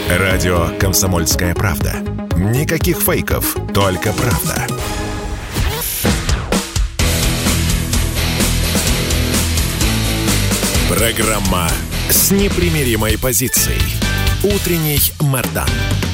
Радио «Комсомольская правда». Никаких фейков, только правда. Программа с непримиримой позицией. Утренний Мардан.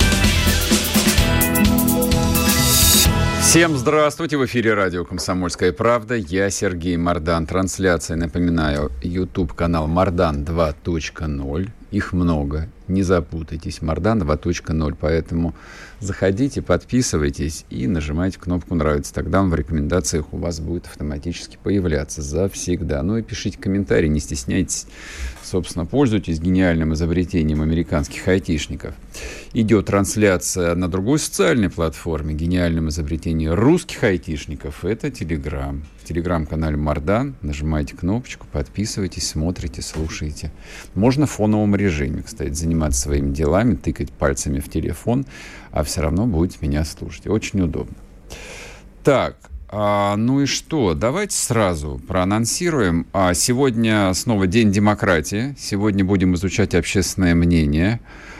Всем здравствуйте! В эфире радио «Комсомольская правда». Я Сергей Мардан. Трансляция, напоминаю, YouTube-канал Мардан 2.0. Их много. Не запутайтесь. Мардан 2.0. Поэтому заходите, подписывайтесь и нажимайте кнопку «Нравится». Тогда он в рекомендациях у вас будет автоматически появляться завсегда. Ну и пишите комментарии, не стесняйтесь. Собственно, пользуйтесь гениальным изобретением американских айтишников. Идет трансляция на другой социальной платформе, гениальном изобретении русских айтишников. Это Telegram. В Telegram-канале Мардан. Нажимаете кнопочку, подписывайтесь, смотрите, слушаете. Можно в фоновом режиме, кстати, заниматься своими делами, тыкать пальцами в телефон, а все равно будете меня слушать. Очень удобно. Так. Ну и что? Давайте сразу проанонсируем. Сегодня снова День демократии. Сегодня будем изучать общественное мнение.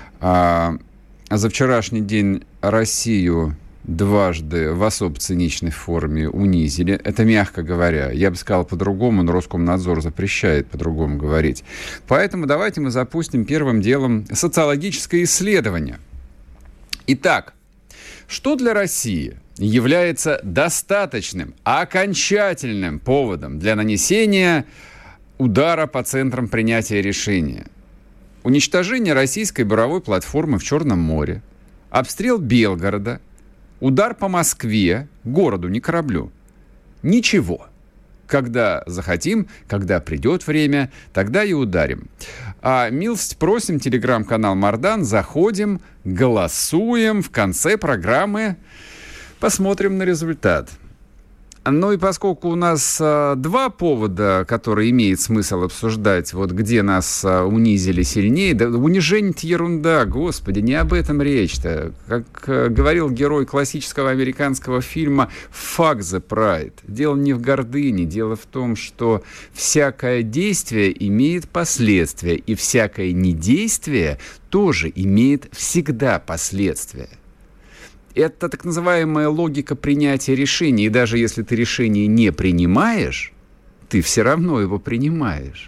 За вчерашний день Россию дважды в особо циничной форме унизили. Это мягко говоря. Я бы сказал по-другому, но Роскомнадзор запрещает по-другому говорить. Поэтому давайте мы запустим первым делом социологическое исследование. Итак, что для России является достаточным, окончательным поводом для нанесения удара по центрам принятия решения? Уничтожение российской буровой платформы в Черном море, обстрел Белгорода, удар по Москве, городу, не кораблю. Ничего. Когда захотим, когда придет время, тогда и ударим. Милость просим, телеграм-канал Мардан, заходим, голосуем, в конце программы посмотрим на результат. Ну и поскольку у нас два повода, которые имеет смысл обсуждать, вот где нас унизили сильнее, да унижение-то ерунда, господи, не об этом речь-то. Как говорил герой классического американского фильма «Fuck the pride». Дело не в гордыне, дело в том, что всякое действие имеет последствия, и всякое недействие тоже имеет всегда последствия. Это так называемая логика принятия решений. И даже если ты решение не принимаешь, ты все равно его принимаешь.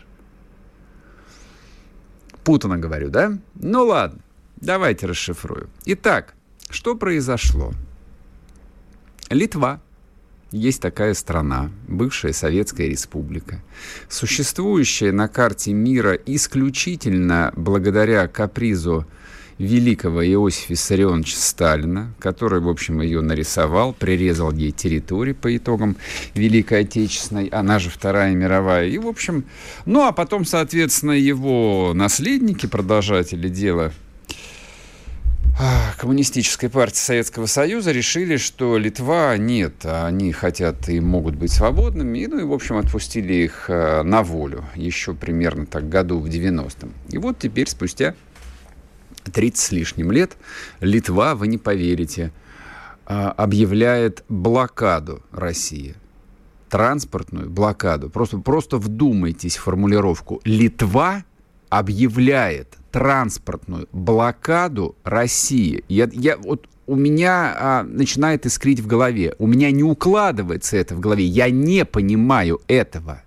Путано говорю, да? Ну ладно, давайте расшифрую. Итак, что произошло? Литва. Есть такая страна, бывшая Советская Республика, существующая на карте мира исключительно благодаря капризу великого Иосифа Виссарионовича Сталина, который, в общем, ее нарисовал, прирезал ей территории по итогам Великой Отечественной, она же Вторая мировая. И, в общем, ну, а потом, соответственно, его наследники, продолжатели дела Коммунистической партии Советского Союза, решили, что Литва нет, они хотят и могут быть свободными, ну и, в общем, отпустили их на волю еще примерно так году в 90-м. И вот теперь, спустя 30 с лишним лет, Литва, вы не поверите, объявляет блокаду России. Транспортную блокаду. Просто вдумайтесь в формулировку. Литва объявляет транспортную блокаду России. Вот у меня начинает искрить в голове. У меня не укладывается это в голове. Я не понимаю этого.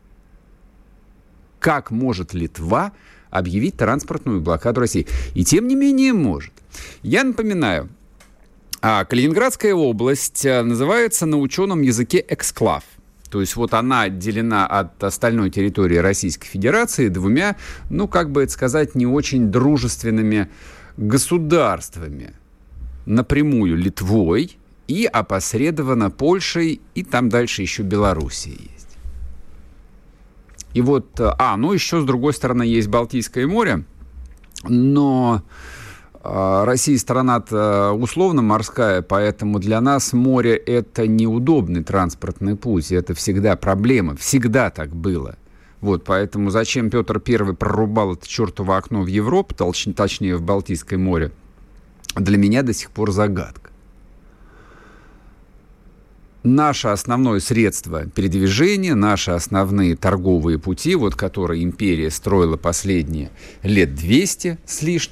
Как может Литва объявить транспортную блокаду России? И тем не менее может. Я напоминаю, Калининградская область называется на ученом языке эксклав. То есть вот она отделена от остальной территории Российской Федерации двумя, ну, как бы это сказать, не очень дружественными государствами. Напрямую Литвой и опосредованно Польшей, и там дальше еще Белоруссией есть. И вот, ну еще с другой стороны есть Балтийское море, но Россия страна-то условно морская, поэтому для нас море — это неудобный транспортный путь, это всегда проблема, всегда так было. Вот, поэтому зачем Петр I прорубал это чертово окно в Европу, точнее в Балтийское море, для меня до сих пор загадка. Наше основное средство передвижения, наши основные торговые пути, вот которые империя строила последние лет 200 с лишним,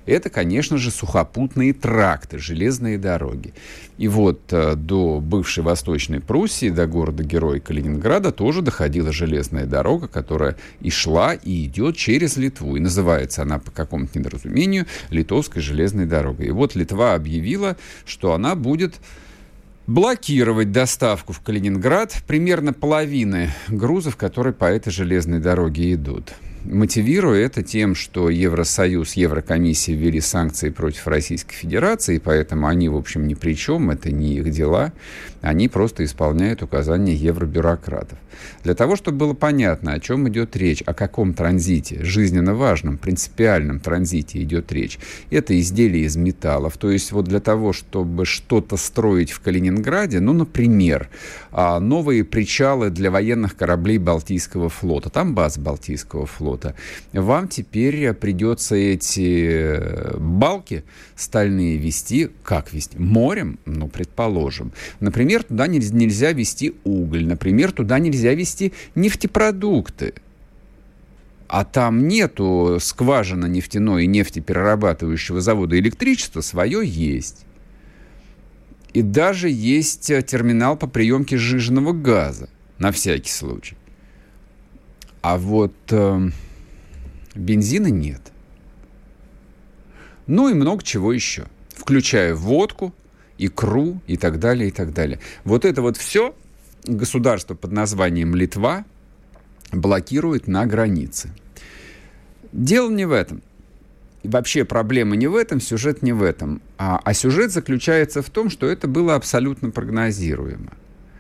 это, конечно же, сухопутные тракты, железные дороги. И вот до бывшей Восточной Пруссии, до города-героя Калининграда тоже доходила железная дорога, которая и шла, и идет через Литву. И называется она по какому-то недоразумению Литовской железной дорогой. И вот Литва объявила, что она будет блокировать доставку в Калининград примерно половины грузов, которые по этой железной дороге идут. Мотивируя это тем, что Евросоюз, Еврокомиссия ввели санкции против Российской Федерации, поэтому они, в общем, ни при чем, это не их дела, они просто исполняют указания евробюрократов. Для того, чтобы было понятно, о чем идет речь, о каком транзите, жизненно важном, принципиальном транзите идет речь. Это изделия из металлов. То есть вот для того, чтобы что-то строить в Калининграде, ну, например, новые причалы для военных кораблей Балтийского флота, там база Балтийского флота, вам теперь придется эти балки стальные везти, как везти? Морем, ну, предположим. Например, туда нельзя везти уголь, например, туда нельзя везти нефтепродукты. А там нету скважины нефтяной и нефтеперерабатывающего завода, электричество свое есть. И даже есть терминал по приемке сжиженного газа, на всякий случай. А вот бензина нет. Ну и много чего еще, включая водку, икру и так далее, и так далее. Вот это вот все государство под названием Литва блокирует на границе. Дело не в этом. И вообще проблема не в этом, сюжет не в этом. А сюжет заключается в том, что это было абсолютно прогнозируемо.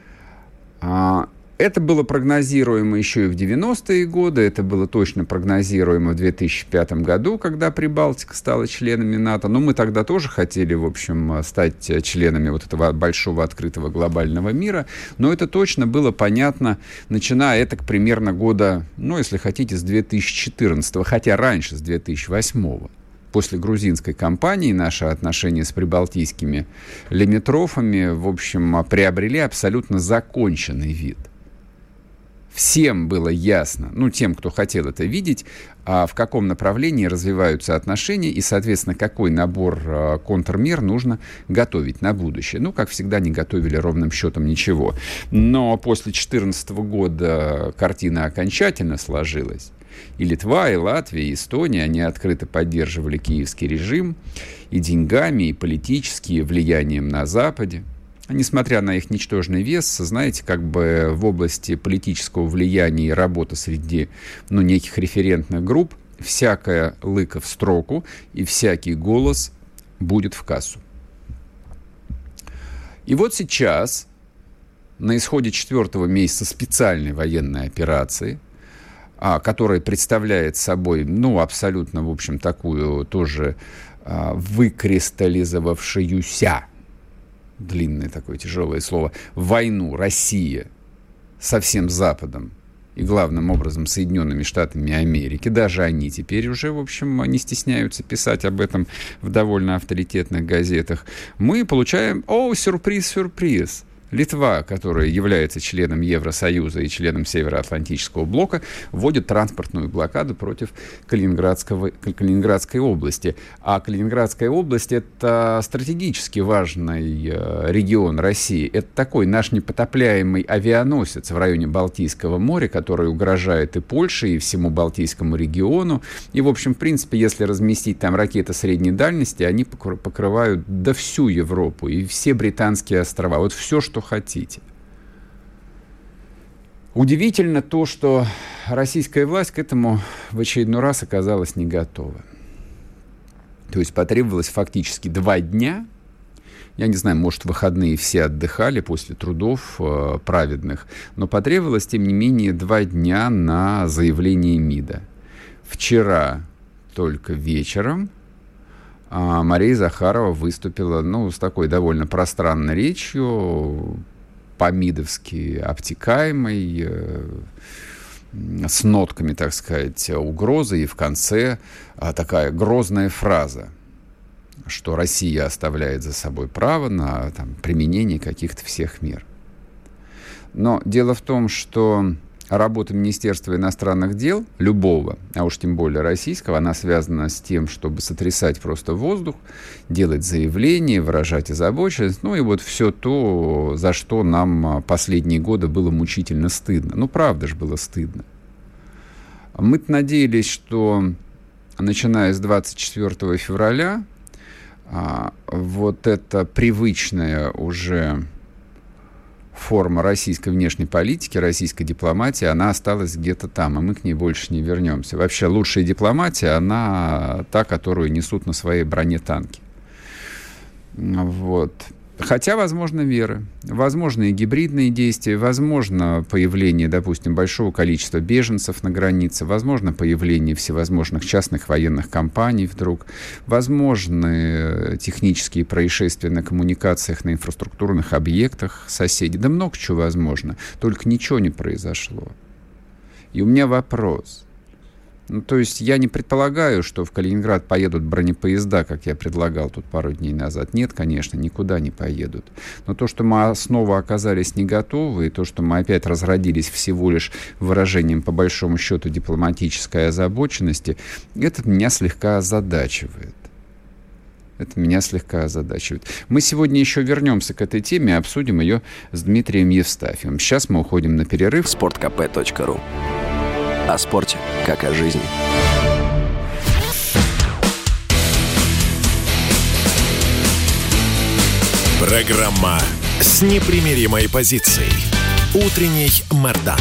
Это было прогнозируемо еще и в 90-е годы, это было точно прогнозируемо в 2005 году, когда Прибалтика стала членами НАТО. Но мы тогда тоже хотели, в общем, стать членами вот этого большого открытого глобального мира. Но это точно было понятно, начиная это примерно года, ну, если хотите, с 2014, хотя раньше, с 2008. После грузинской кампании наши отношения с прибалтийскими лимитрофами, в общем, приобрели абсолютно законченный вид. Всем было ясно, ну, тем, кто хотел это видеть, в каком направлении развиваются отношения и, соответственно, какой набор контрмер нужно готовить на будущее. Ну, как всегда, не готовили ровным счетом ничего. Но после 2014 года картина окончательно сложилась. И Литва, и Латвия, и Эстония, они открыто поддерживали киевский режим и деньгами, и политически, и влиянием на Западе. Несмотря на их ничтожный вес, знаете, как бы в области политического влияния и работы среди, ну, неких референтных групп, всякая лыка в строку и всякий голос будет в кассу. И вот сейчас, на исходе 4-го месяца специальной военной операции, которая представляет собой, ну, абсолютно, в общем, такую тоже выкристаллизовавшуюся, длинное такое тяжелое слово, войну России со всем Западом и главным образом Соединенными Штатами Америки, даже они теперь уже, в общем, не стесняются писать об этом в довольно авторитетных газетах, мы получаем, сюрприз, Литва, которая является членом Евросоюза и членом Североатлантического блока, вводит транспортную блокаду против Калининградской области. А Калининградская область — это стратегически важный регион России. Это такой наш непотопляемый авианосец в районе Балтийского моря, который угрожает и Польше, и всему Балтийскому региону. И, в общем, в принципе, если разместить там ракеты средней дальности, они покрывают всю Европу и все британские острова. Вот все, что хотите. Удивительно то, что российская власть к этому в очередной раз оказалась не готова. То есть потребовалось фактически 2 дня. Я не знаю, может, в выходные все отдыхали после трудов праведных, но потребовалось, тем не менее, 2 дня на заявление МИДа. Вчера только вечером Мария Захарова выступила, ну, с такой довольно пространной речью, по-мидовски обтекаемой, с нотками, так сказать, угрозы, и в конце такая грозная фраза, что Россия оставляет за собой право на применение каких-то всех мер. Но дело в том, что работа Министерства иностранных дел, любого, а уж тем более российского, она связана с тем, чтобы сотрясать просто воздух, делать заявления, выражать озабоченность, ну и вот все то, за что нам последние годы было мучительно стыдно. Ну, правда же было стыдно. Мы-то надеялись, что начиная с 24 февраля вот эта привычная уже форма российской внешней политики, российской дипломатии, она осталась где-то там, и мы к ней больше не вернемся. Вообще лучшая дипломатия, она та, которую несут на своей броне танки. Вот. Хотя, возможно, меры, возможно и гибридные действия, возможно появление, допустим, большого количества беженцев на границе, возможно появление всевозможных частных военных компаний вдруг, возможны технические происшествия на коммуникациях, на инфраструктурных объектах соседей. Да много чего возможно, только ничего не произошло. И у меня вопрос. Ну, то есть я не предполагаю, что в Калининград поедут бронепоезда, как я предлагал тут пару дней назад. Нет, конечно, никуда не поедут. Но то, что мы снова оказались не готовы, и то, что мы опять разродились всего лишь выражением, по большому счету, дипломатической озабоченности, это меня слегка озадачивает. Это меня слегка озадачивает. Мы сегодня еще вернемся к этой теме и обсудим ее с Дмитрием Евстафьевым. Сейчас мы уходим на перерыв. sportkp.ru. О спорте, как о жизни. Программа с непримиримой позицией. Утренний Мардан.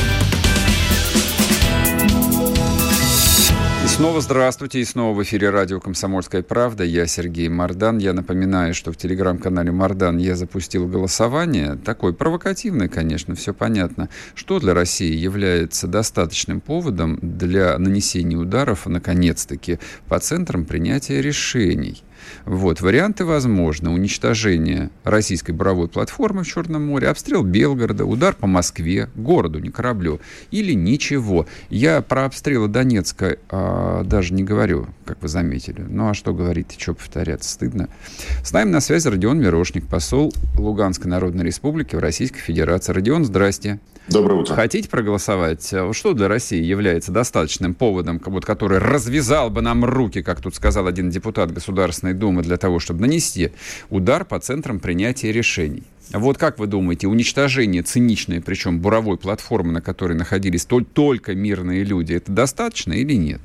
И снова здравствуйте, и снова в эфире радио «Комсомольская правда». Я Сергей Мардан. Я напоминаю, что в телеграм-канале Мардан я запустил голосование. Такое провокативное, конечно, все понятно. Что для России является достаточным поводом для нанесения ударов, наконец-таки, по центрам принятия решений? Вот, варианты возможны. Уничтожение российской буровой платформы в Черном море, обстрел Белгорода, удар по Москве, городу, не кораблю, или ничего. Я про обстрелы Донецка даже не говорю, как вы заметили. Ну, а что говорить, что повторяться, стыдно. С нами на связи Родион Мирошник, посол Луганской Народной Республики в Российской Федерации. Родион, здрасте. Доброе утро. Хотите проголосовать? Что для России является достаточным поводом, который развязал бы нам руки, как тут сказал один депутат Государственной Думы, для того, чтобы нанести удар по центрам принятия решений? Вот как вы думаете, уничтожение циничное, причем буровой платформы, на которой находились только мирные люди, это достаточно или нет?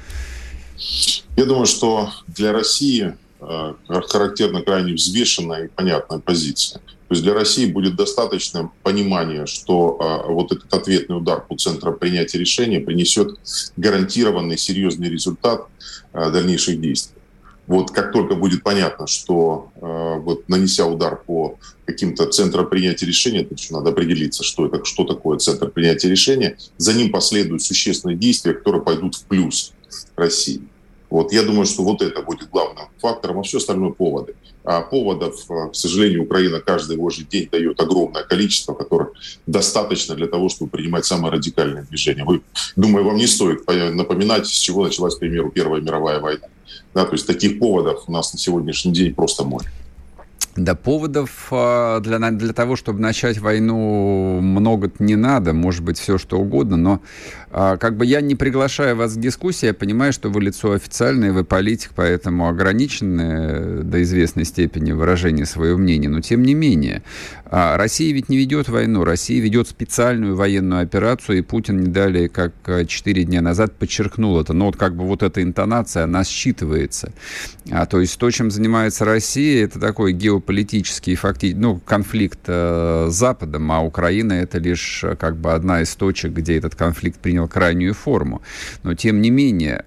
Я думаю, что для России характерна крайне взвешенная и понятная позиция. То есть для России будет достаточно понимания, что вот этот ответный удар по центру принятия решения принесет гарантированный серьезный результат дальнейших действий. Вот как только будет понятно, что вот нанеся удар по каким-то центрам принятия решения, то надо определиться, что такое центр принятия решения, за ним последуют существенные действия, которые пойдут в плюс России. Вот, я думаю, что вот это будет главным фактором, а все остальное поводы. А поводов, к сожалению, Украина каждый божий день дает огромное количество, которых достаточно для того, чтобы принимать самые радикальные движения. Думаю, вам не стоит напоминать, с чего началась, к примеру, Первая мировая война. Да, то есть таких поводов у нас на сегодняшний день просто море. Да, поводов для того, чтобы начать войну, много не надо, может быть, все что угодно, но как бы я не приглашаю вас к дискуссии, я понимаю, что вы лицо официальное, вы политик, поэтому ограничены до известной степени выражение своего мнения, но тем не менее, Россия ведь не ведет войну, Россия ведет специальную военную операцию, и Путин не далее, как 4 дня назад, подчеркнул это, но вот как бы вот эта интонация, она считывается. То есть то, чем занимается Россия, это такой геополитический конфликт с Западом, а Украина это лишь как бы одна из точек, где этот конфликт принял крайнюю форму. Но тем не менее,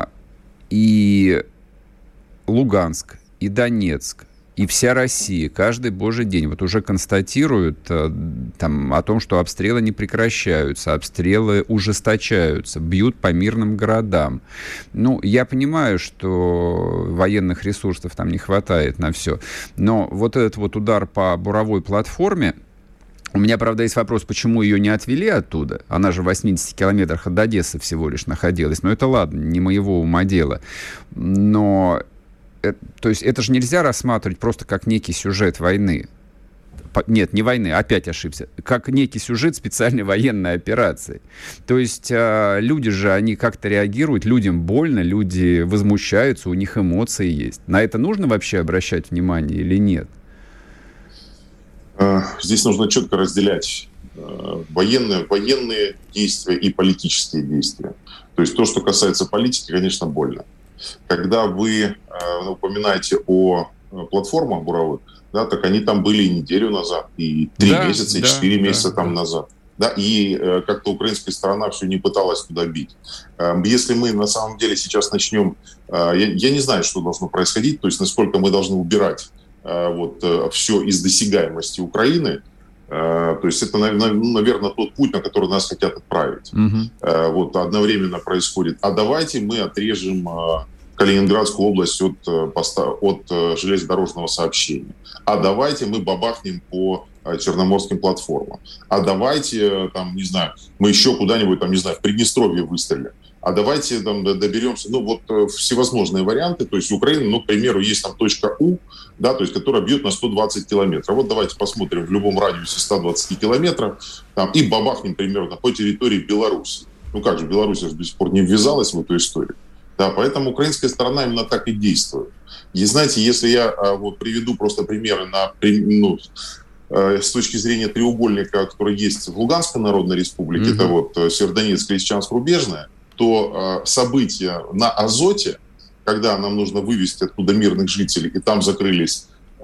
и Луганск, и Донецк, и вся Россия каждый божий день вот уже констатируют о том, что обстрелы не прекращаются, обстрелы ужесточаются, бьют по мирным городам. Ну, я понимаю, что военных ресурсов там не хватает на все, но вот этот вот удар по буровой платформе, у меня, правда, есть вопрос, почему ее не отвели оттуда. Она же в 80 километрах от Одессы всего лишь находилась. Но это ладно, не моего ума дело. Но то есть это же нельзя рассматривать просто как некий сюжет войны. Нет, не войны, опять ошибся. Как некий сюжет специальной военной операции. То есть люди же, они как-то реагируют, людям больно, люди возмущаются, у них эмоции есть. На это нужно вообще обращать внимание или нет? Здесь нужно четко разделять военные действия и политические действия. То есть то, что касается политики, конечно, больно. Когда вы упоминаете о платформах буровых, да, так они там были и неделю назад, и 3 месяца, и 4 месяца там назад. Да, и как-то украинская сторона все не пыталась туда бить. Если мы на самом деле сейчас начнем... Я не знаю, что должно происходить, то есть насколько мы должны убирать все из досягаемости Украины. То есть это, наверное, тот путь, на который нас хотят отправить. Одновременно происходит. А давайте мы отрежем Калининградскую область от железнодорожного сообщения. А давайте мы бабахнем по черноморским платформам. А давайте, мы еще куда-нибудь, в Приднестровье выстрелим. А давайте доберемся, всевозможные варианты. То есть у Украины, к примеру, есть там точка У, да, то есть, которая бьет на 120 километров. Вот давайте посмотрим в любом радиусе 120 километров и бабахнем примерно по территории Беларуси. Как же, Беларусь до сих пор не ввязалась в эту историю. Да, поэтому украинская сторона именно так и действует. И знаете, если я приведу просто примеры с точки зрения треугольника, который есть в Луганской Народной Республике, это Северодонецк, Лисичанск, Рубежное, то события на Азоте, когда нам нужно вывести оттуда мирных жителей, и там закрылись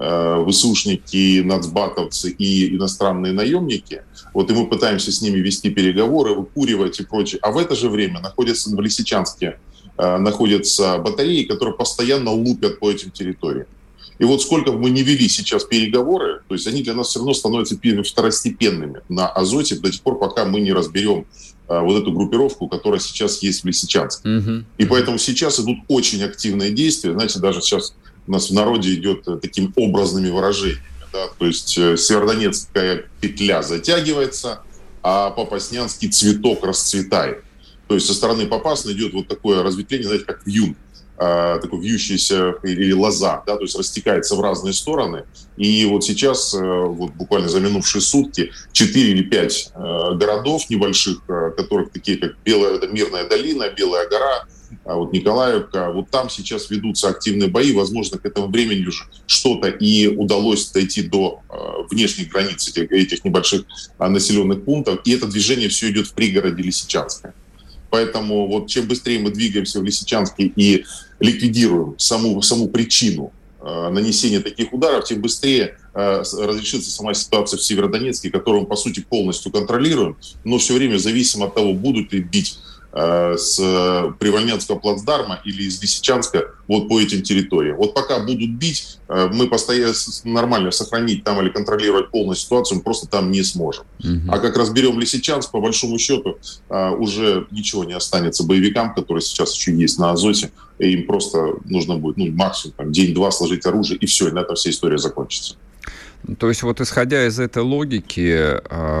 ВСУшники, нацбатовцы и иностранные наемники, и мы пытаемся с ними вести переговоры, выкуривать и прочее. А в это же время в Лисичанске находятся батареи, которые постоянно лупят по этим территориям. И сколько бы мы не вели сейчас переговоры, то есть они для нас все равно становятся второстепенными на Азоте до тех пор, пока мы не разберем эту группировку, которая сейчас есть в Лисичанске. И поэтому сейчас идут очень активные действия. Знаете, даже сейчас у нас в народе идет такими образными выражениями. Да? То есть Северодонецкая петля затягивается, а Попаснянский цветок расцветает. То есть со стороны Попасной идет такое разветвление, знаете, как вьюн, такой вьющийся или лоза, да, то есть растекается в разные стороны. И сейчас, буквально за минувшие сутки, 4 или 5 городов небольших, которых такие, как Мирная долина, Белая гора, Николаевка, там сейчас ведутся активные бои. Возможно, к этому времени уже что-то и удалось дойти до внешних границ этих небольших населенных пунктов. И это движение все идет в пригороде Лисичанска. Поэтому чем быстрее мы двигаемся в Лисичанске и ликвидируем саму причину нанесения таких ударов, тем быстрее разрешится сама ситуация в Северодонецке, которую мы, по сути, полностью контролируем, но все время зависим от того, будут ли бить с Привольнянского плацдарма или из Лисичанска по этим территориям. Пока будут бить, мы постоянно нормально сохранить там или контролировать полную ситуацию мы просто там не сможем. А как разберем Лисичанск, по большому счету, уже ничего не останется боевикам, которые сейчас еще есть на Азоте, и им просто нужно будет максимум день-два сложить оружие, и все, и на этом вся история закончится. То есть исходя из этой логики,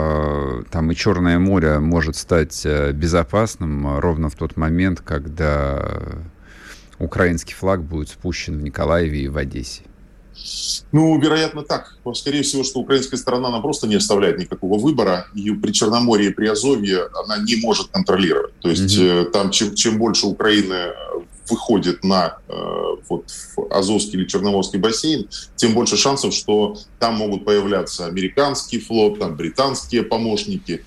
там и Черное море может стать безопасным ровно в тот момент, когда украинский флаг будет спущен в Николаеве и в Одессе. Вероятно, так. Скорее всего, что украинская сторона, она просто не оставляет никакого выбора. И при Черноморье и при Азовье она не может контролировать. То есть там чем больше Украины выходит на Азовский или Черноморский бассейн, тем больше шансов, что там могут появляться американский флот, там британские помощники,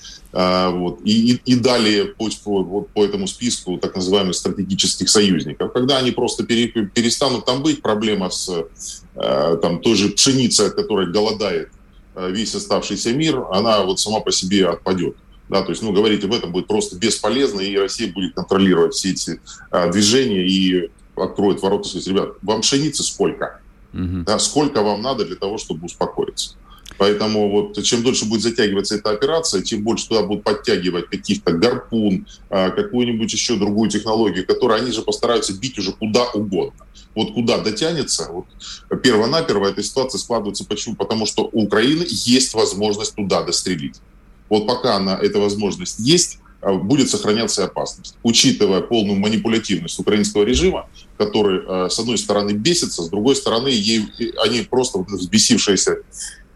и далее по этому списку так называемых стратегических союзников. Когда они просто перестанут там быть, проблема с той же пшеницей, от которой голодает весь оставшийся мир, она сама по себе отпадет. Да, то есть, говорить об этом будет просто бесполезно, и Россия будет контролировать все эти движения и откроет ворота и скажет: ребят, вам пшеницы сколько? Да, сколько вам надо для того, чтобы успокоиться? Поэтому чем дольше будет затягиваться эта операция, тем больше туда будут подтягивать каких-то гарпун, какую-нибудь еще другую технологию, которую они же постараются бить уже куда угодно. Куда дотянется, перво-наперво эта ситуация складывается. Почему? Потому что у Украины есть возможность туда дострелить. Пока эта возможность есть, будет сохраняться опасность. Учитывая полную манипулятивность украинского режима, который, с одной стороны, бесится, с другой стороны, они просто взбесившиеся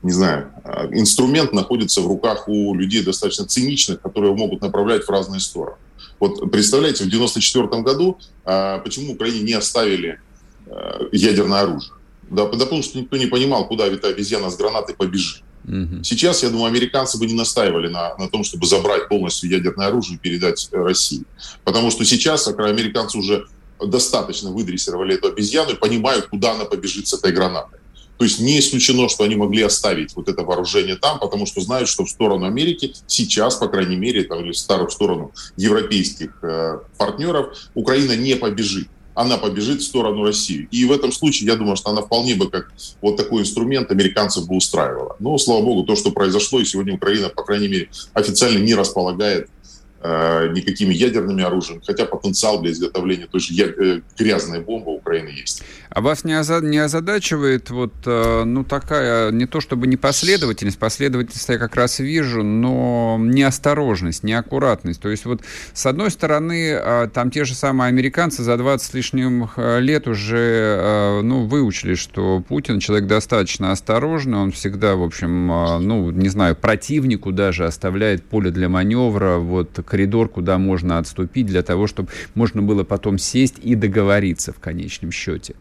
не знаю, инструмент находится в руках у людей достаточно циничных, которые могут направлять в разные стороны. Вот представляете, в 1994 году почему Украине не оставили ядерное оружие? Да, потому что никто не понимал, куда эта обезьяна с гранатой побежит. Сейчас, я думаю, американцы бы не настаивали на том, чтобы забрать полностью ядерное оружие и передать России. Потому что сейчас американцы уже достаточно выдрессировали эту обезьяну и понимают, куда она побежит с этой гранатой. То есть не исключено, что они могли оставить вот это вооружение там, потому что знают, что в сторону Америки сейчас, по крайней мере, там, или в сторону европейских партнеров, Украина не побежит. Она побежит в сторону России. И в этом случае, я думаю, что она вполне бы как вот такой инструмент американцев бы устраивала. Но, слава богу, то, что произошло, и сегодня Украина, по крайней мере, официально не располагает никакими ядерными оружиями, хотя потенциал для изготовления той же грязной бомбы у Украины есть. А вас не озадачивает вот, такая, не то чтобы непоследовательность, последовательность я как раз вижу, но неосторожность, неаккуратность. То есть вот с одной стороны, там те же самые американцы за 20 с лишним лет уже выучили, что Путин человек достаточно осторожный, он всегда, в общем, противнику даже оставляет поле для маневра, коридор, куда можно отступить для того, чтобы можно было потом сесть и договориться в конечном счете.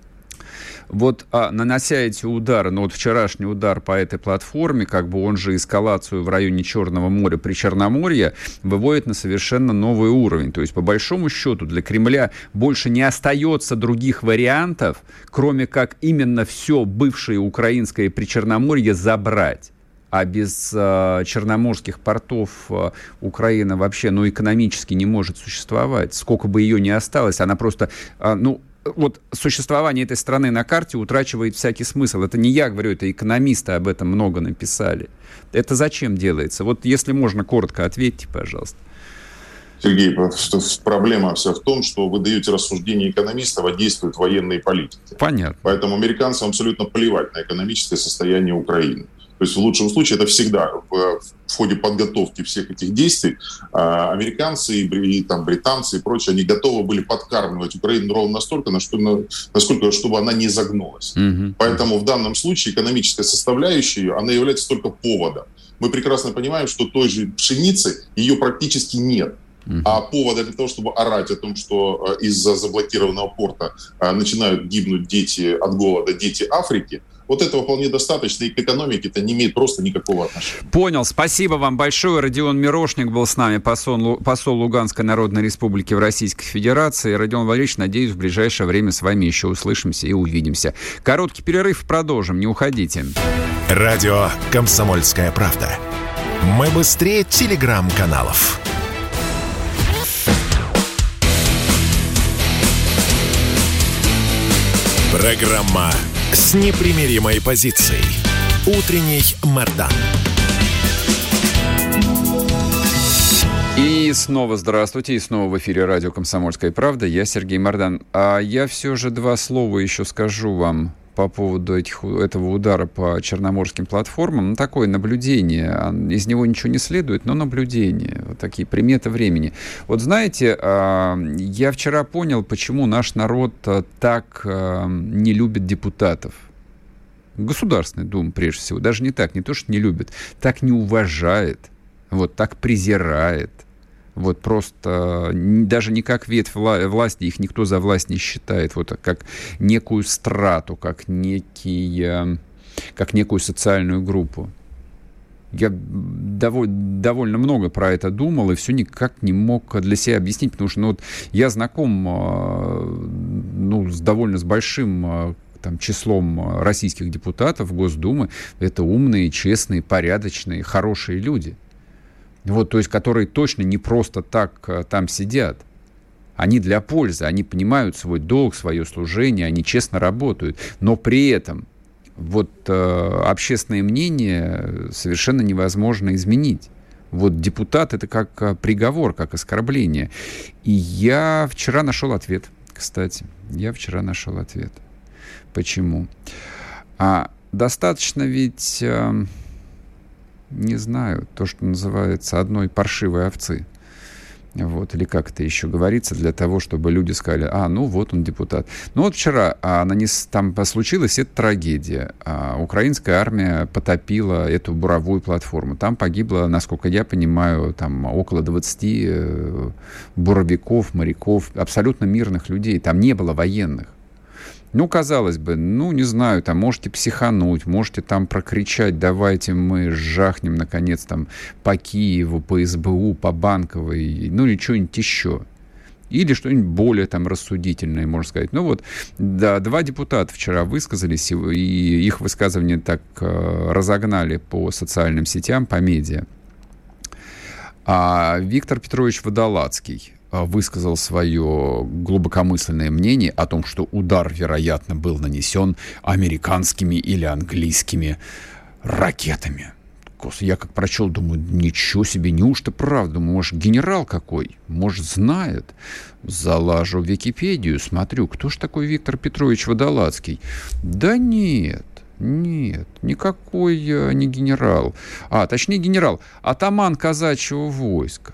Нанося эти удары, вчерашний удар по этой платформе, он же эскалацию в районе Черного моря при Черноморье выводит на совершенно новый уровень. То есть, по большому счету, для Кремля больше не остается других вариантов, кроме как именно все бывшее украинское Причерноморье забрать. А без черноморских портов Украина вообще, экономически не может существовать. Сколько бы ее ни осталось, она просто, существование этой страны на карте утрачивает всякий смысл. Это не я говорю, это экономисты об этом много написали. Это зачем делается? Если можно, коротко ответьте, пожалуйста. Сергей, проблема вся в том, что вы даете рассуждения экономистов, а действуют военные политики. Понятно. Поэтому американцам абсолютно плевать на экономическое состояние Украины. То есть в лучшем случае это всегда в ходе подготовки всех этих действий американцы и британцы и прочие, они готовы были подкармливать Украину ровно настолько, насколько, чтобы она не загнулась. Поэтому в данном случае экономическая составляющая, она является только поводом. Мы прекрасно понимаем, что той же пшеницы ее практически нет. А повода для того, чтобы орать о том, что из-за заблокированного порта начинают гибнуть дети от голода, дети Африки, этого вполне достаточно, и к экономике это не имеет просто никакого отношения. Понял. Спасибо вам большое. Родион Мирошник был с нами, посол Луганской Народной Республики в Российской Федерации. Родион Валерьевич, надеюсь, в ближайшее время с вами еще услышимся и увидимся. Короткий перерыв, продолжим, не уходите. Радио «Комсомольская правда». Мы быстрее телеграм-каналов. Программа с непримиримой позицией. Утренний Мардан. И снова здравствуйте, и снова в эфире радио «Комсомольская правда». Я Сергей Мардан. А я все же два слова еще скажу вам по поводу этого удара по черноморским платформам. Такое наблюдение. Из него ничего не следует, но наблюдение. Такие приметы времени. Знаете, я вчера понял, почему наш народ так не любит депутатов. Государственной Думы, прежде всего. Даже не так, не то, что не любит. Так не уважает. Так презирает. Просто даже не как ветвь власти, их никто за власть не считает, как некую страту, как некую социальную группу. Я довольно много про это думал и все никак не мог для себя объяснить, потому что я знаком с большим числом российских депутатов Госдумы. Это умные, честные, порядочные, хорошие люди. То есть, которые точно не просто так там сидят. Они для пользы, они понимают свой долг, свое служение, они честно работают. Но при этом общественное мнение совершенно невозможно изменить. Депутат — это как приговор, как оскорбление. И я вчера нашел ответ, кстати. Почему? Достаточно ведь... не знаю, то, что называется одной паршивой овцы. Вот, или как это еще говорится, для того, чтобы люди сказали, вот он депутат. Ну вот вчера там случилась эта трагедия. Украинская армия потопила эту буровую платформу. Там погибло, насколько я понимаю, там около 20 буровиков, моряков, абсолютно мирных людей. Там не было военных. Ну, казалось бы, не знаю, там можете психануть, можете там прокричать, давайте мы жахнем, наконец, там по Киеву, по СБУ, по Банковой, или что-нибудь еще. Или что-нибудь более там рассудительное, можно сказать. Да, 2 депутата вчера высказались, и их высказывания так разогнали по социальным сетям, по медиа. А Виктор Петрович Водолацкий высказал свое глубокомысленное мнение о том, что удар, вероятно, был нанесен американскими или английскими ракетами. Я как прочел, думаю, ничего себе, неужто правда? Может, генерал какой? Может, знает? Залажу в Википедию, смотрю, кто ж такой Виктор Петрович Водолацкий? Да нет, никакой не генерал. Точнее, генерал, атаман казачьего войска.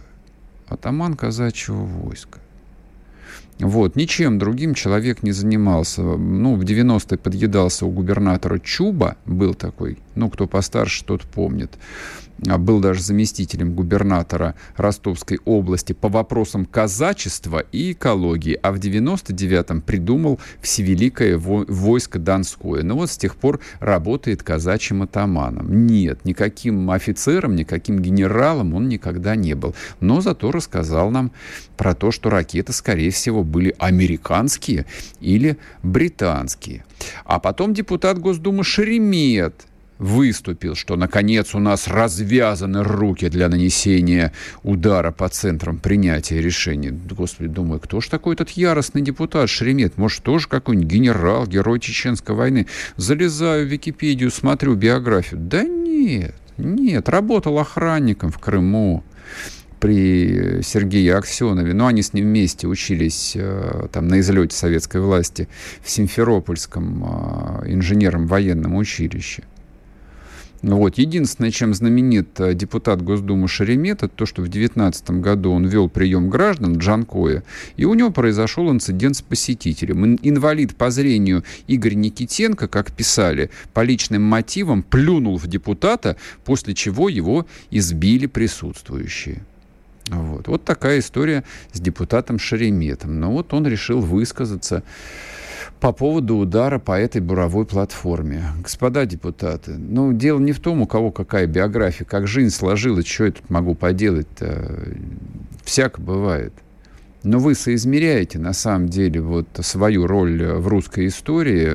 Вот, ничем другим человек не занимался. В 90-е подъедался у губернатора Чуба, был такой, кто постарше, тот помнит. Был даже заместителем губернатора Ростовской области по вопросам казачества и экологии, а в 99-м придумал Всевеликое войско Донское. С тех пор работает казачьим атаманом. Нет, никаким офицером, никаким генералом он никогда не был. Но зато рассказал нам про то, что ракеты, скорее всего, были американские или британские. А потом депутат Госдумы Шеремет выступил, что, наконец, у нас развязаны руки для нанесения удара по центрам принятия решений. Господи, думаю, кто ж такой этот яростный депутат Шеремет? Может, тоже какой-нибудь генерал, герой Чеченской войны? Залезаю в Википедию, смотрю биографию. Да нет, работал охранником в Крыму при Сергее Аксенове. Они с ним вместе учились там на излете советской власти в Симферопольском инженерном военном училище. Единственное, чем знаменит депутат Госдумы Шеремет, это то, что в 2019 году он вел прием граждан в Джанкое, и у него произошел инцидент с посетителем. Инвалид по зрению Игорь Никитенко, как писали, по личным мотивам плюнул в депутата, после чего его избили присутствующие. Вот такая история с депутатом Шереметом. Но он решил высказаться по поводу удара по этой буровой платформе. Господа депутаты, дело не в том, у кого какая биография, как жизнь сложилась, что я тут могу поделать-то. Всяко бывает. Но вы соизмеряете, на самом деле, свою роль в русской истории,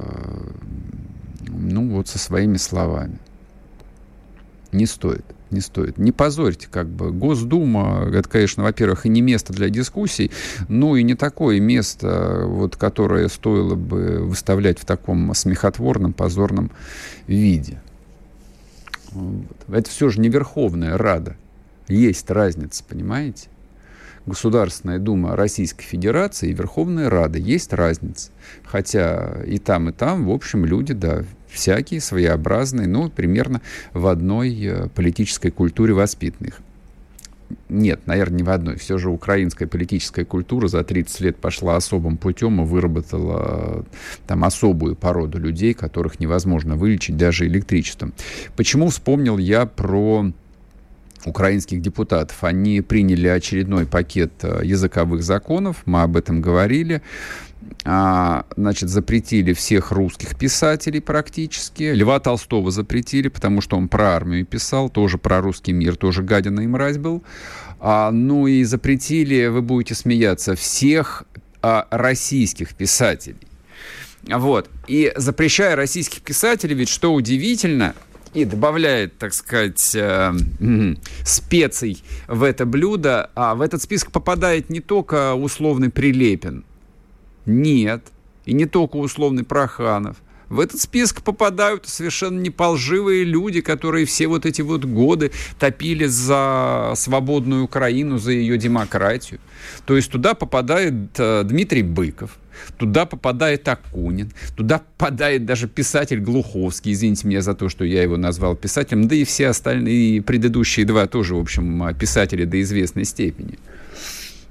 со своими словами. Не стоит. Не позорьте, Госдума, это, конечно, во-первых, и не место для дискуссий, но и не такое место, которое стоило бы выставлять в таком смехотворном, позорном виде. Это все же не Верховная Рада. Есть разница, понимаете? Государственная Дума Российской Федерации и Верховная Рада. Есть разница. Хотя и там, в общем, люди, всякие, своеобразные, примерно в одной политической культуре воспитанных. Нет, наверное, не в одной. Все же украинская политическая культура за 30 лет пошла особым путем и выработала там особую породу людей, которых невозможно вылечить даже электричеством. Почему вспомнил я про украинских депутатов? Они приняли очередной пакет языковых законов, мы об этом говорили. Запретили всех русских писателей практически. Льва Толстого запретили, потому что он про армию писал, тоже про русский мир, тоже гадина и мразь был. И запретили, вы будете смеяться, всех российских писателей. И запрещая российских писателей, ведь что удивительно, и добавляет, так сказать, специй в это блюдо, в этот список попадает не только условный Прилепин, нет, и не только условный Проханов. В этот список попадают совершенно неполживые люди, которые все эти годы топили за свободную Украину, за ее демократию. То есть туда попадает Дмитрий Быков, туда попадает Акунин, туда попадает даже писатель Глуховский, извините меня за то, что я его назвал писателем, да и все остальные, предыдущие два тоже, в общем, писатели до известной степени.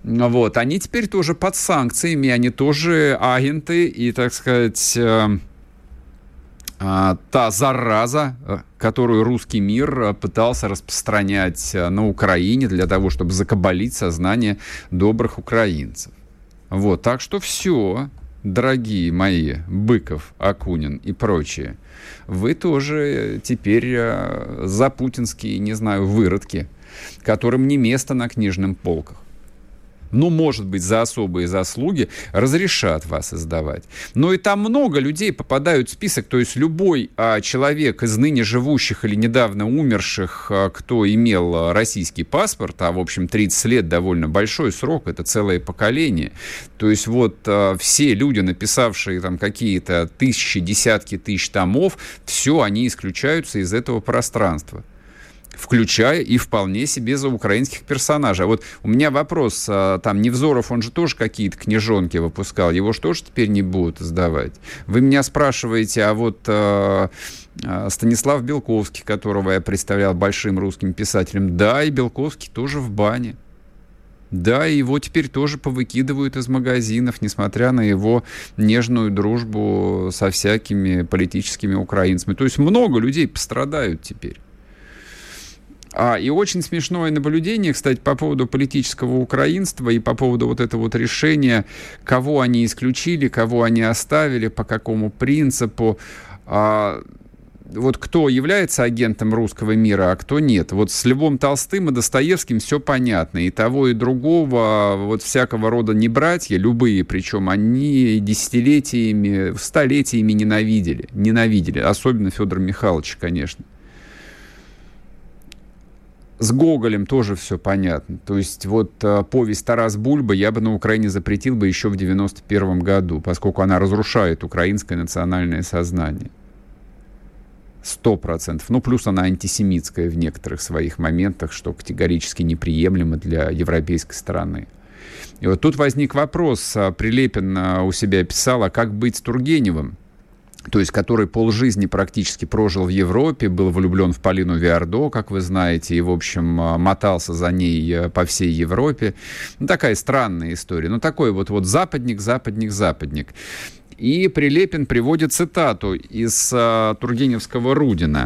Вот, они теперь тоже под санкциями, они тоже агенты, и, так сказать, та зараза, которую русский мир пытался распространять на Украине для того, чтобы закабалить сознание добрых украинцев. Вот, так что все, дорогие мои, Быков, Акунин и прочие, вы тоже теперь за путинские, не знаю, выродки, которым не место на книжных полках. Ну, может быть, за особые заслуги разрешат вас издавать. Но и там много людей попадают в список, то есть любой человек из ныне живущих или недавно умерших, кто имел российский паспорт, а, в общем, 30 лет довольно большой срок, это целое поколение. То есть вот все люди, написавшие там какие-то тысячи, десятки тысяч томов, все, они исключаются из этого пространства, включая и вполне себе за украинских персонажей. А вот у меня вопрос, там Невзоров, он же тоже какие-то книжонки выпускал, его же тоже теперь не будут издавать. Вы меня спрашиваете, а вот Станислав Белковский, которого я представлял большим русским писателем, да, и Белковский тоже в бане. Да, и его теперь тоже повыкидывают из магазинов, несмотря на его нежную дружбу со всякими политическими украинцами. То есть много людей пострадают теперь. И очень смешное наблюдение, кстати, по поводу политического украинства и по поводу вот этого вот решения, кого они исключили, кого они оставили, по какому принципу. Вот кто является агентом русского мира, а кто нет. Вот с Львом Толстым и Достоевским все понятно. И того, и другого, вот всякого рода небратья, любые, причем они десятилетиями, столетиями ненавидели. Особенно Федора Михайловича, конечно. С Гоголем тоже все понятно. То есть вот повесть «Тарас Бульба» я бы на Украине запретил бы еще в 91 году, поскольку она разрушает украинское национальное сознание. 100%. Ну, плюс она антисемитская в некоторых своих моментах, что категорически неприемлемо для европейской страны. И вот тут возник вопрос. Прилепин у себя писал, а как быть с Тургеневым? То есть, который полжизни практически прожил в Европе, был влюблен в Полину Виардо, как вы знаете, и, в общем, мотался за ней по всей Европе. Ну, такая странная история. Ну, такой вот западник. И Прилепин приводит цитату из тургеневского Рудина.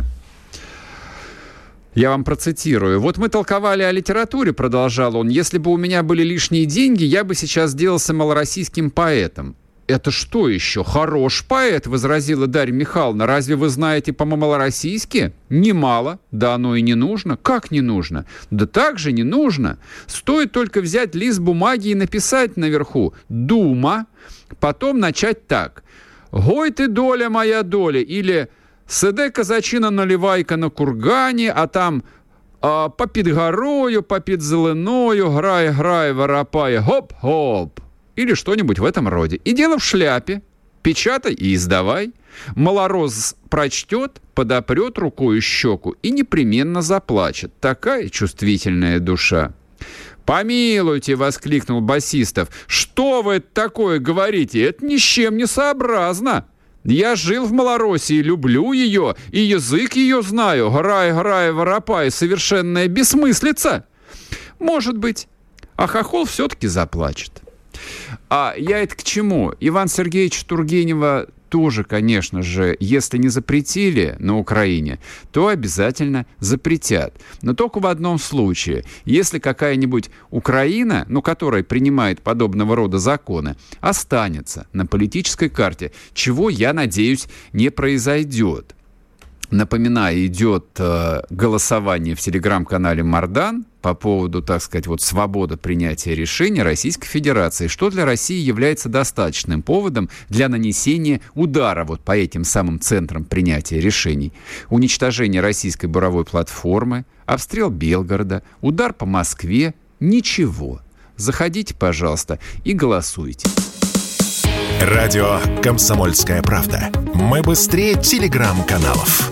Я вам процитирую. «Вот мы толковали о литературе, — продолжал он, — если бы у меня были лишние деньги, я бы сейчас сделался малороссийским поэтом». «Это что еще? Хорош поэт!» — возразила Дарья Михайловна. «Разве вы знаете по-малороссийски?» «Немало. Да оно и не нужно». «Как не нужно?» «Да так же не нужно. Стоит только взять лист бумаги и написать наверху «Дума», потом начать так. «Гой ты, доля моя доля» или «Сиде казачина наливайка на кургане», а там «Попід горою, попід зеленою, грай, воропай, хоп-хоп». Или что-нибудь в этом роде. И дело в шляпе. Печатай и издавай. Малорос прочтет, подопрет рукою щеку и непременно заплачет. Такая чувствительная душа. «Помилуйте!» — воскликнул Басистов. «Что вы такое говорите? Это ни с чем не сообразно. Я жил в Малороссии, люблю ее, и язык ее знаю. Грай, воропай, совершенная бессмыслица». Может быть. А хохол все-таки заплачет. А я это к чему? Ивана Сергеевича Тургенева тоже, конечно же, если не запретили на Украине, то обязательно запретят. Но только в одном случае. Если какая-нибудь Украина, которая принимает подобного рода законы, останется на политической карте, чего, я надеюсь, не произойдет. Напоминаю, идет голосование в телеграм-канале «Мардан» по поводу, так сказать, свободы принятия решений Российской Федерации, что для России является достаточным поводом для нанесения удара по этим самым центрам принятия решений. Уничтожение российской буровой платформы, обстрел Белгорода, удар по Москве – ничего. Заходите, пожалуйста, и голосуйте. Радио «Комсомольская правда». Мы быстрее телеграм-каналов.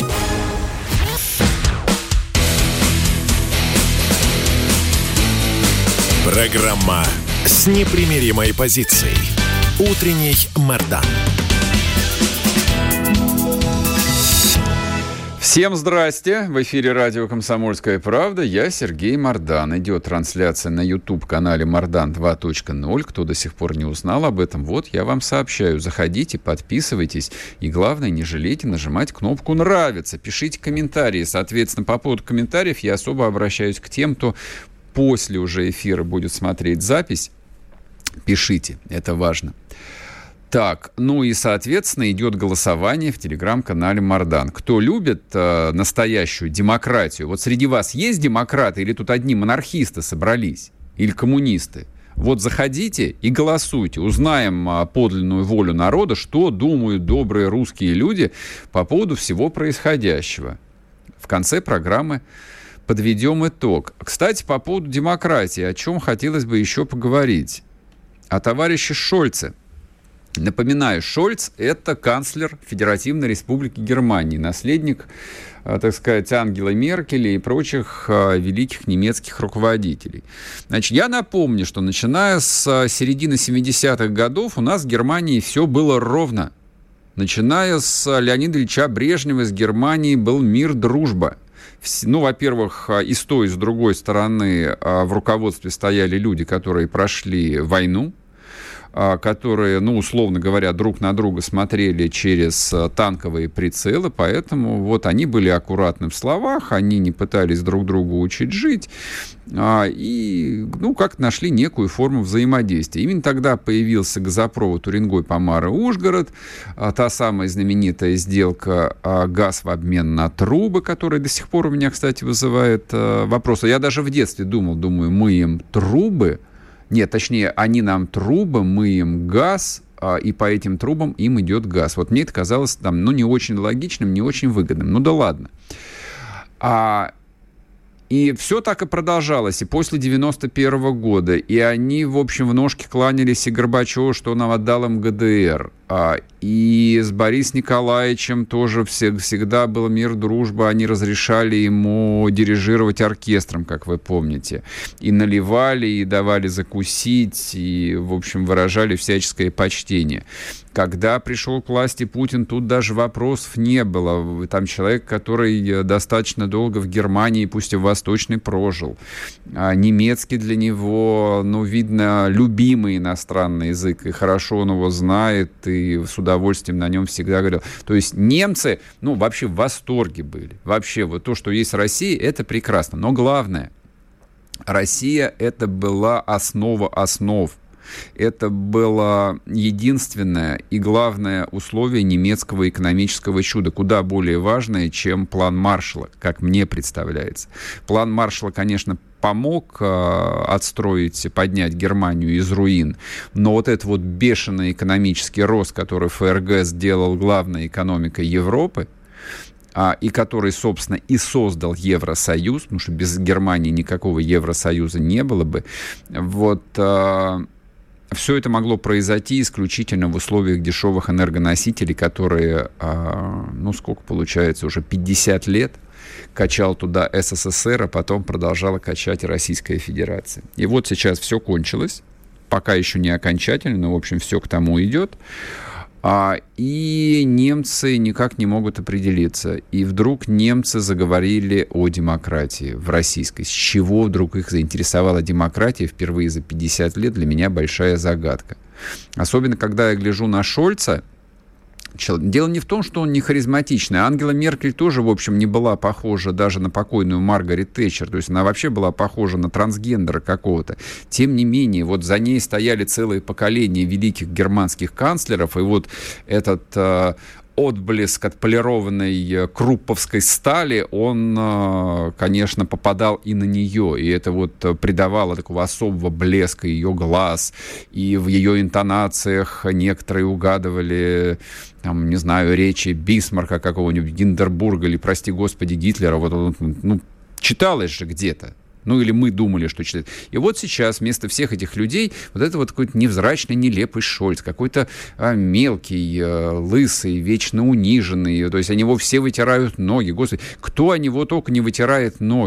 Программа с непримиримой позицией. Утренний Мардан. Всем здрасте! В эфире радио «Комсомольская правда». Я Сергей Мардан. Идет трансляция на YouTube-канале «Мардан 2.0». Кто до сих пор не узнал об этом, вот я вам сообщаю. Заходите, подписывайтесь. И главное, не жалейте нажимать кнопку «Нравится». Пишите комментарии. Соответственно, по поводу комментариев я особо обращаюсь к тем, кто после уже эфира будет смотреть запись. Пишите, это важно. Так, ну и, соответственно, идет голосование в телеграм-канале Мардан. Кто любит настоящую демократию? Вот среди вас есть демократы или тут одни монархисты собрались? Или коммунисты? Вот заходите и голосуйте. Узнаем подлинную волю народа, что думают добрые русские люди по поводу всего происходящего. В конце программы подведем итог. Кстати, по поводу демократии, о чем хотелось бы еще поговорить. О товарище Шольце. Напоминаю, Шольц – это канцлер Федеративной Республики Германии, наследник, так сказать, Ангелы Меркель и прочих великих немецких руководителей. Значит, я напомню, что начиная с середины 70-х годов у нас в Германии все было ровно. Начиная с Леонида Ильича Брежнева, с Германии был мир, дружба. Ну, во-первых, и с той, и с другой стороны в руководстве стояли люди, которые прошли войну, которые, ну, условно говоря, друг на друга смотрели через танковые прицелы, поэтому вот они были аккуратны в словах, они не пытались друг друга учить жить, и, ну, как-то нашли некую форму взаимодействия. Именно тогда появился газопровод Уренгой-Помара-Ужгород, та самая знаменитая сделка газ в обмен на трубы, которая до сих пор у меня, кстати, вызывает вопросы. Я даже в детстве думаю, мы им трубы. Нет, точнее, они нам трубы, мы им газ, и по этим трубам им идет газ. Вот мне это казалось там, ну, не очень логичным, не очень выгодным. Ну да ладно. И все так и продолжалось, и после 91 года. И они, в общем, в ножки кланялись и Горбачеву, что он нам отдал им ГДР. И с Борисом Николаевичем тоже всегда был мир, дружба. Они разрешали ему дирижировать оркестром, как вы помните. И наливали, и давали закусить, и, в общем, выражали всяческое почтение. Когда пришел к власти Путин, тут даже вопросов не было. Там человек, который достаточно долго в Германии, пусть и в Восточной, прожил. Немецкий для него, ну, видно, любимый иностранный язык, и хорошо он его знает, и с удовольствием на нем всегда говорил. То есть немцы, ну, вообще в восторге были. Вообще, вот то, что есть Россия, это прекрасно. Но главное, Россия — это была основа основ. Это было единственное и главное условие немецкого экономического чуда, куда более важное, чем план Маршалла, как мне представляется. План Маршалла, конечно, помог отстроить, поднять Германию из руин, но вот этот вот бешеный экономический рост, который ФРГ сделал главной экономикой Европы, и который, собственно, и создал Евросоюз, потому что без Германии никакого Евросоюза не было бы, вот... Все это могло произойти исключительно в условиях дешевых энергоносителей, которые, ну, сколько получается, уже 50 лет качал туда СССР, а потом продолжала качать и Российская Федерация. И вот сейчас все кончилось, пока еще не окончательно, но, в общем, все к тому идет. И немцы никак не могут определиться. И вдруг немцы заговорили о демократии в российской. С чего вдруг их заинтересовала демократия впервые за 50 лет, для меня большая загадка. Особенно, когда я гляжу на Шольца. Дело не в том, что он не харизматичный. Ангела Меркель тоже, в общем, не была похожа даже на покойную Маргарет Тэтчер. То есть она вообще была похожа на трансгендера какого-то. Тем не менее, вот за ней стояли целые поколения великих германских канцлеров. И вот этот отблеск отполированной крупповской стали, он, конечно, попадал и на нее. И это вот придавало такого особого блеска ее глаз. И в ее интонациях некоторые угадывали, там, не знаю, речи Бисмарка какого-нибудь, Гинденбурга или, прости господи, Гитлера. Вот, ну, читалось же где-то. Ну, или мы думали, что читает. И вот сейчас вместо всех этих людей вот это вот какой-то невзрачный, нелепый Шольц, какой-то мелкий, лысый, вечно униженный. То есть они его все вытирают ноги. Господи, кто о него только не вытирает ноги?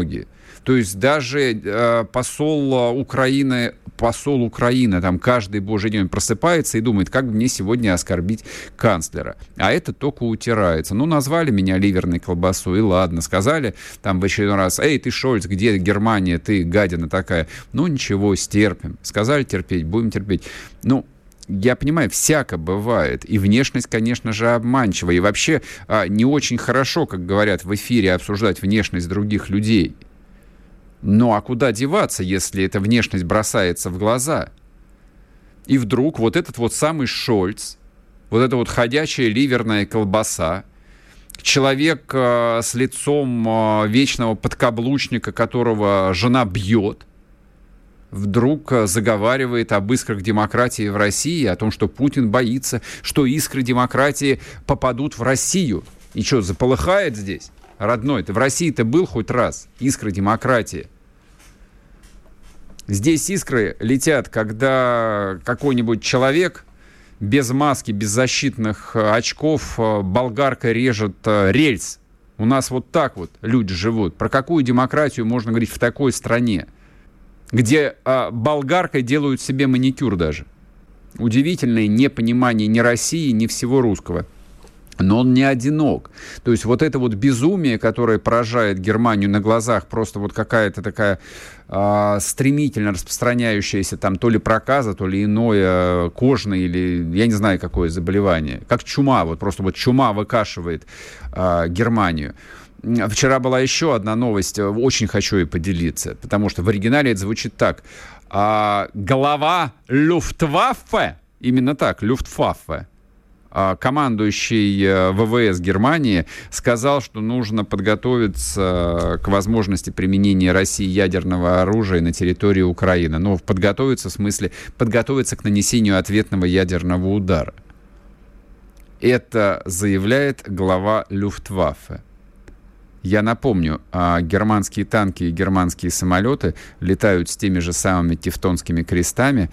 То есть даже посол Украины, там каждый божий день просыпается и думает, как бы мне сегодня оскорбить канцлера. А это только утирается. Ну, назвали меня ливерной колбасой, и ладно. Сказали там в очередной раз, эй, ты, Шольц, где Германия, ты гадина такая. Ну, ничего, стерпим. Сказали терпеть, будем терпеть. Ну, я понимаю, всяко бывает. И внешность, конечно же, обманчива. И вообще не очень хорошо, как говорят в эфире, обсуждать внешность других людей. Ну, а куда деваться, если эта внешность бросается в глаза? И вдруг вот этот вот самый Шольц, вот эта вот ходячая ливерная колбаса, человек с лицом вечного подкаблучника, которого жена бьет, вдруг заговаривает об искрах демократии в России, о том, что Путин боится, что искры демократии попадут в Россию. И что, заполыхает здесь? Родной, ты в России-то был хоть раз? Искры демократии. Здесь искры летят, когда какой-нибудь человек без маски, без защитных очков болгаркой режет рельс. У нас вот так вот люди живут. Про какую демократию можно говорить в такой стране, где болгаркой делают себе маникюр даже? Удивительное непонимание ни России, ни всего русского. Но он не одинок. То есть вот это вот безумие, которое поражает Германию на глазах, просто вот какая-то такая стремительно распространяющаяся там то ли проказа, то ли иное кожное, или я не знаю какое заболевание. Как чума, вот просто вот чума выкашивает Германию. Вчера была еще одна новость, очень хочу ей поделиться, потому что в оригинале это звучит так. Глава Люфтваффе, именно так, Люфтваффе, командующий ВВС Германии, сказал, что нужно подготовиться к возможности применения России ядерного оружия на территории Украины. Но подготовиться в смысле подготовиться к нанесению ответного ядерного удара. Это заявляет глава Люфтваффе. Я напомню, германские танки и германские самолеты летают с теми же самыми тевтонскими крестами,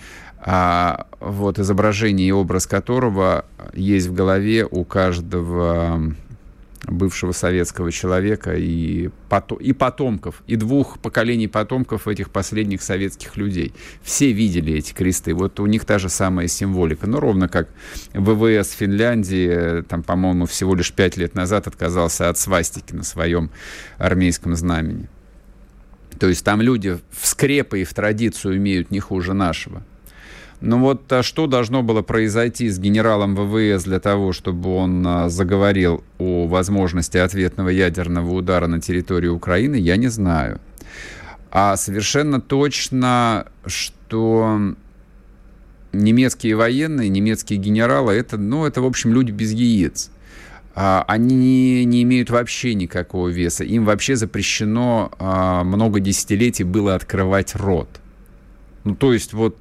вот изображение и образ которого есть в голове у каждого бывшего советского человека и потомков, и двух поколений потомков этих последних советских людей. Все видели эти кресты. Вот у них та же самая символика. Ну, ровно как ВВС Финляндии, там, по-моему, всего лишь 5 лет назад отказался от свастики на своем армейском знамени. То есть там люди в скрепы и в традицию имеют не хуже нашего. Ну вот что должно было произойти с генералом ВВС для того, чтобы он заговорил о возможности ответного ядерного удара на территории Украины, я не знаю. А совершенно точно, что немецкие военные, немецкие генералы, это, в общем, люди без яиц. Они не имеют вообще никакого веса. Им вообще запрещено много десятилетий было открывать рот. Ну, то есть вот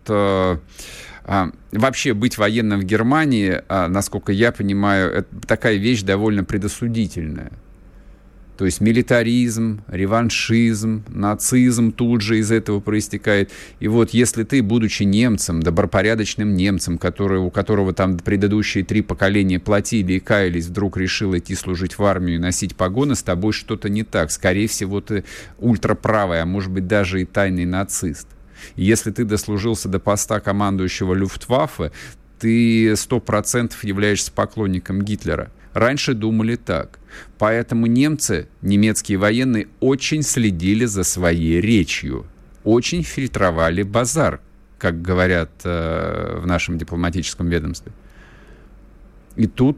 вообще быть военным в Германии, насколько я понимаю, это такая вещь довольно предосудительная. То есть милитаризм, реваншизм, нацизм тут же из этого проистекает. И вот если ты, будучи немцем, добропорядочным немцем, у которого там предыдущие 3 поколения платили и каялись, вдруг решил идти служить в армию и носить погоны, с тобой что-то не так. Скорее всего, ты ультраправый, а может быть даже и тайный нацист. И если ты дослужился до поста командующего Люфтваффе, ты 100% являешься поклонником Гитлера. Раньше думали так. Поэтому немецкие военные, очень следили за своей речью. Очень фильтровали базар, как говорят в нашем дипломатическом ведомстве. И тут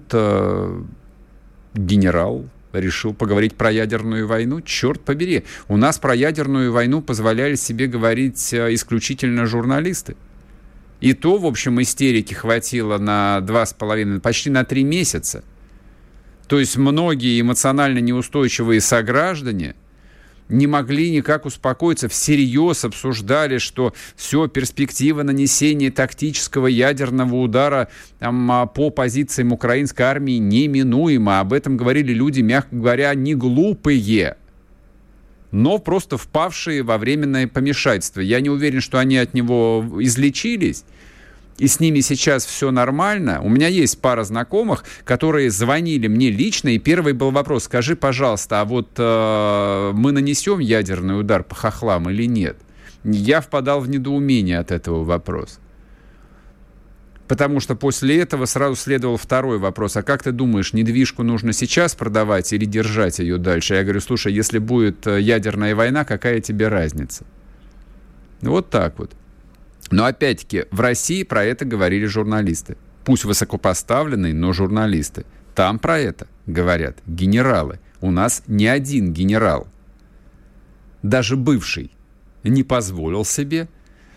генерал решил поговорить про ядерную войну. Черт побери, у нас про ядерную войну позволяли себе говорить исключительно журналисты. И то, в общем, истерики хватило на 2,5, почти на 3 месяца. То есть многие эмоционально неустойчивые сограждане не могли никак успокоиться, всерьез обсуждали, что все, перспектива нанесения тактического ядерного удара по позициям украинской армии неминуема. Об этом говорили люди, мягко говоря, не глупые, но просто впавшие во временное помешательство. Я не уверен, что они от него излечились, и с ними сейчас все нормально. У меня есть пара знакомых, которые звонили мне лично, и первый был вопрос: скажи, пожалуйста, а вот мы нанесем ядерный удар по хохлам или нет? Я впадал в недоумение от этого вопроса. Потому что после этого сразу следовал второй вопрос: а как ты думаешь, недвижку нужно сейчас продавать или держать ее дальше? Я говорю: слушай, если будет ядерная война, какая тебе разница? Вот так вот. Но опять-таки в России про это говорили журналисты. Пусть высокопоставленные, но журналисты. Там про это говорят генералы. У нас ни один генерал, даже бывший, не позволил себе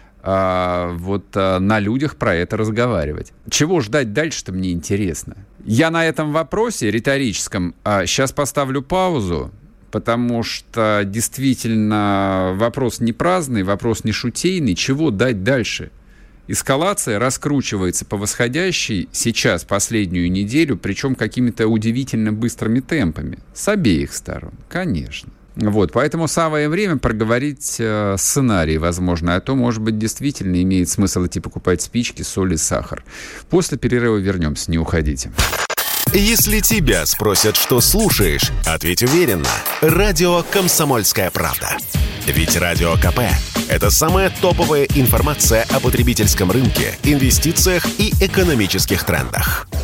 на людях про это разговаривать. Чего ждать дальше-то, мне интересно. Я на этом вопросе риторическом сейчас поставлю паузу, потому что действительно вопрос не праздный, вопрос не шутейный. Чего дать дальше? Эскалация раскручивается по восходящей сейчас последнюю неделю, причем какими-то удивительно быстрыми темпами. С обеих сторон, конечно. Вот, поэтому самое время проговорить сценарий, возможно, а то, может быть, действительно имеет смысл идти покупать спички, соль и сахар. После перерыва вернемся, не уходите. Если тебя спросят, что слушаешь, ответь уверенно. Радио «Комсомольская правда». Ведь Радио КП – это самая топовая информация о потребительском рынке, инвестициях и экономических трендах.